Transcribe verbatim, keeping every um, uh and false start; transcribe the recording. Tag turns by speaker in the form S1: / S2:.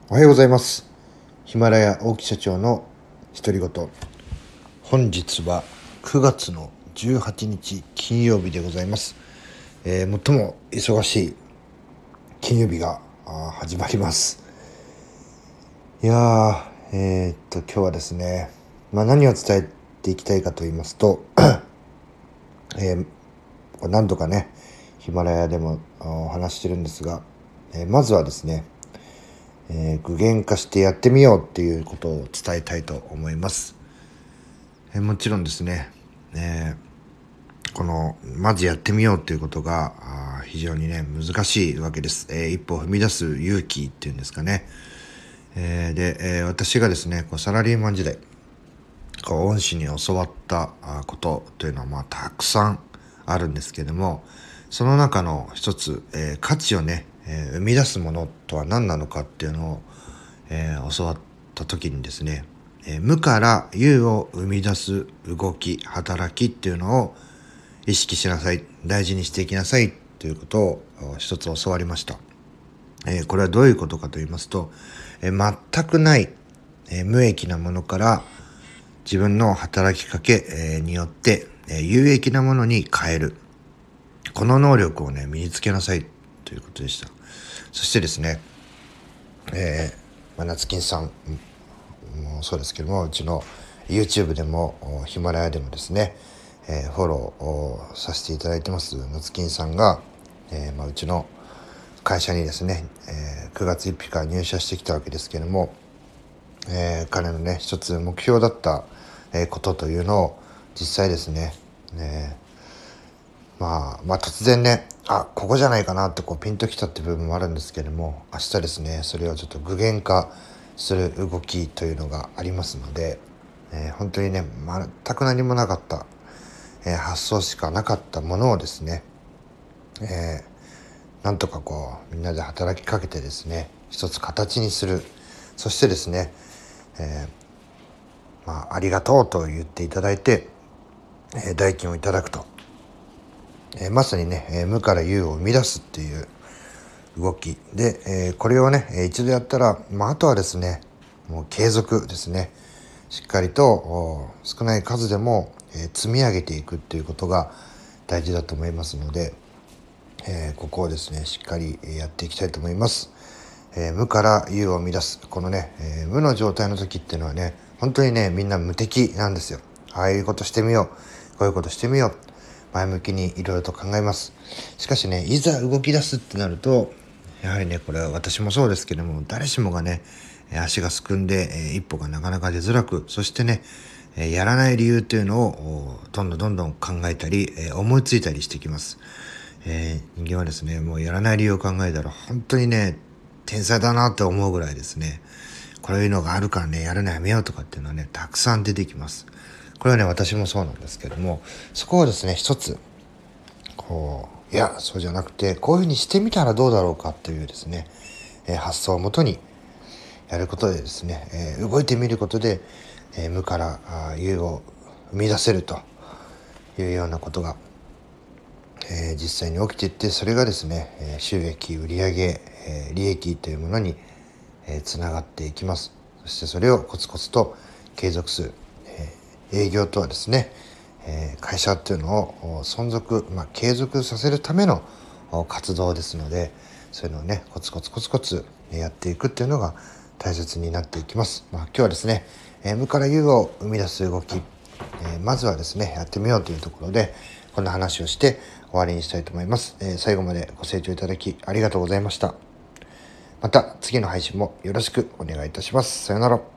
S1: おはようございます。ヒマラヤ大木社長の独り言。本日はくがつのじゅうはちにち金曜日でございます。えー、最も忙しい金曜日が始まります。いやー、えー、っと今日はですね、まあ、何を伝えていきたいかと言いますと、えー、何度かねヒマラヤでもお話してるんですが、えー、まずはですねえー、具現化してやってみようっていうことを伝えたいと思います。えー、もちろんですね、えー、このまずやってみようっていうことが非常にね難しいわけです。えー、一歩踏み出す勇気っていうんですかね。えー、で、えー、私がですねこうサラリーマン時代こう恩師に教わったことというのはまあたくさんあるんですけども、その中の一つ、えー、価値をね、えー、生み出すものとは何なのかっていうのを、えー、教わった時にですね、えー、無から有を生み出す動き働きっていうのを意識しなさい、大事にしていきなさいということを一つ教わりました。えー、これはどういうことかと言いますと、えー、全くない、えー、無益なものから自分の働きかけによって有益なものに変える、この能力をね身につけなさいということでした。そしてですね、えーまあ、夏金さんもそうですけども、うちの YouTube でもヒマラヤでもですね、えー、フォローをさせていただいてます夏金さんが、えーまあ、うちの会社にですね、えー、くがつついたちから入社してきたわけですけども、えー、彼のね一つ目標だったことというのを実際ですね、ねまあ、まあ突然ねあここじゃないかなってこうピンときたって部分もあるんですけれども、明日ですねそれをちょっと具現化する動きというのがありますので、えー、本当にね全く何もなかった、えー、発想しかなかったものをですね、えー、なんとかこうみんなで働きかけてですね一つ形にする。そしてですね、えーまあ、ありがとうと言っていただいて、えー、代金をいただくと、えー、まさにね、えー、無から有を生み出すっていう動きで、えー、これをね一度やったら、まあ、あとはですねもう継続ですね、しっかりと少ない数でも、えー、積み上げていくっていうことが大事だと思いますので、えー、ここをですねしっかりやっていきたいと思います。えー、無から有を生み出す、このね、えー、無の状態の時っていうのはね本当にねみんな無敵なんですよ。ああいうことしてみよう、こういうことしてみよう、前向きにいろいろと考えます。しかしねいざ動き出すってなるとやはりねこれは私もそうですけども、誰しもがね足がすくんで、えー、一歩がなかなか出づらく、そしてねやらない理由っていうのをどんどんどんどん考えたり、えー、思いついたりしてきます。えー、人間はですねもうやらない理由を考えたら本当にね天才だなって思うぐらいですね、こういうのがあるからねやるのやめようとかっていうのはねたくさん出てきます。これはね私もそうなんですけども、そこをですね一つこういやそうじゃなくてこういうふうにしてみたらどうだろうかというですね、えー、発想をもとにやることでですね、えー、動いてみることで、えー、無から有を生み出せるというようなことが、えー、実際に起きていって、それがですね、えー、収益売上、えー、利益というものにえー、つながっていきます。そしてそれをコツコツと継続する、えー、営業とはですね、えー、会社っていうのを存続、まあ、継続させるための活動ですので、そういうのをねコツコツコツコツやっていくっていうのが大切になっていきます。まあ、今日はですね、えー、無から有を生み出す動き、えー、まずはですねやってみようというところでこんな話をして終わりにしたいと思います。えー、最後までご清聴いただきありがとうございました。また次の配信もよろしくお願いいたします。さよなら。